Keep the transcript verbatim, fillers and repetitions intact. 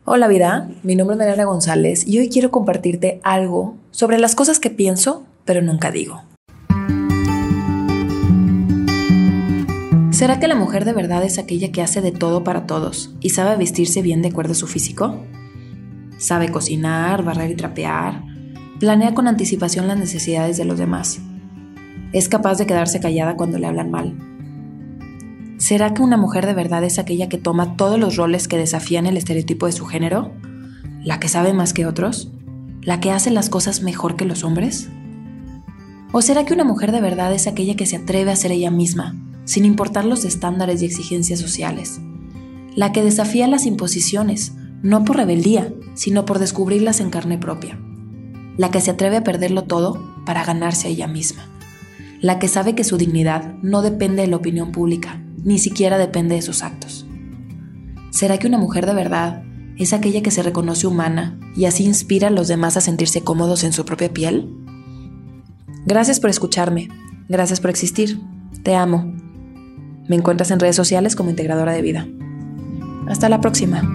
Hola vida, mi nombre es Mariana González y hoy quiero compartirte algo sobre las cosas que pienso pero nunca digo. ¿Será que la mujer de verdad es aquella que hace de todo para todos y sabe vestirse bien de acuerdo a su físico? Sabe cocinar, barrer y trapear, planea con anticipación las necesidades de los demás. Es capaz de quedarse callada cuando le hablan mal. ¿Será que una mujer de verdad es aquella que toma todos los roles que desafían el estereotipo de su género? ¿La que sabe más que otros? ¿La que hace las cosas mejor que los hombres? ¿O será que una mujer de verdad es aquella que se atreve a ser ella misma, sin importar los estándares y exigencias sociales? La que desafía las imposiciones, no por rebeldía, sino por descubrirlas en carne propia. La que se atreve a perderlo todo para ganarse a ella misma. La que sabe que su dignidad no depende de la opinión pública, ni siquiera depende de sus actos. ¿Será que una mujer de verdad es aquella que se reconoce humana y así inspira a los demás a sentirse cómodos en su propia piel? Gracias por escucharme, gracias por existir, te amo. Me encuentras en redes sociales como Integradora de Vida. Hasta la próxima.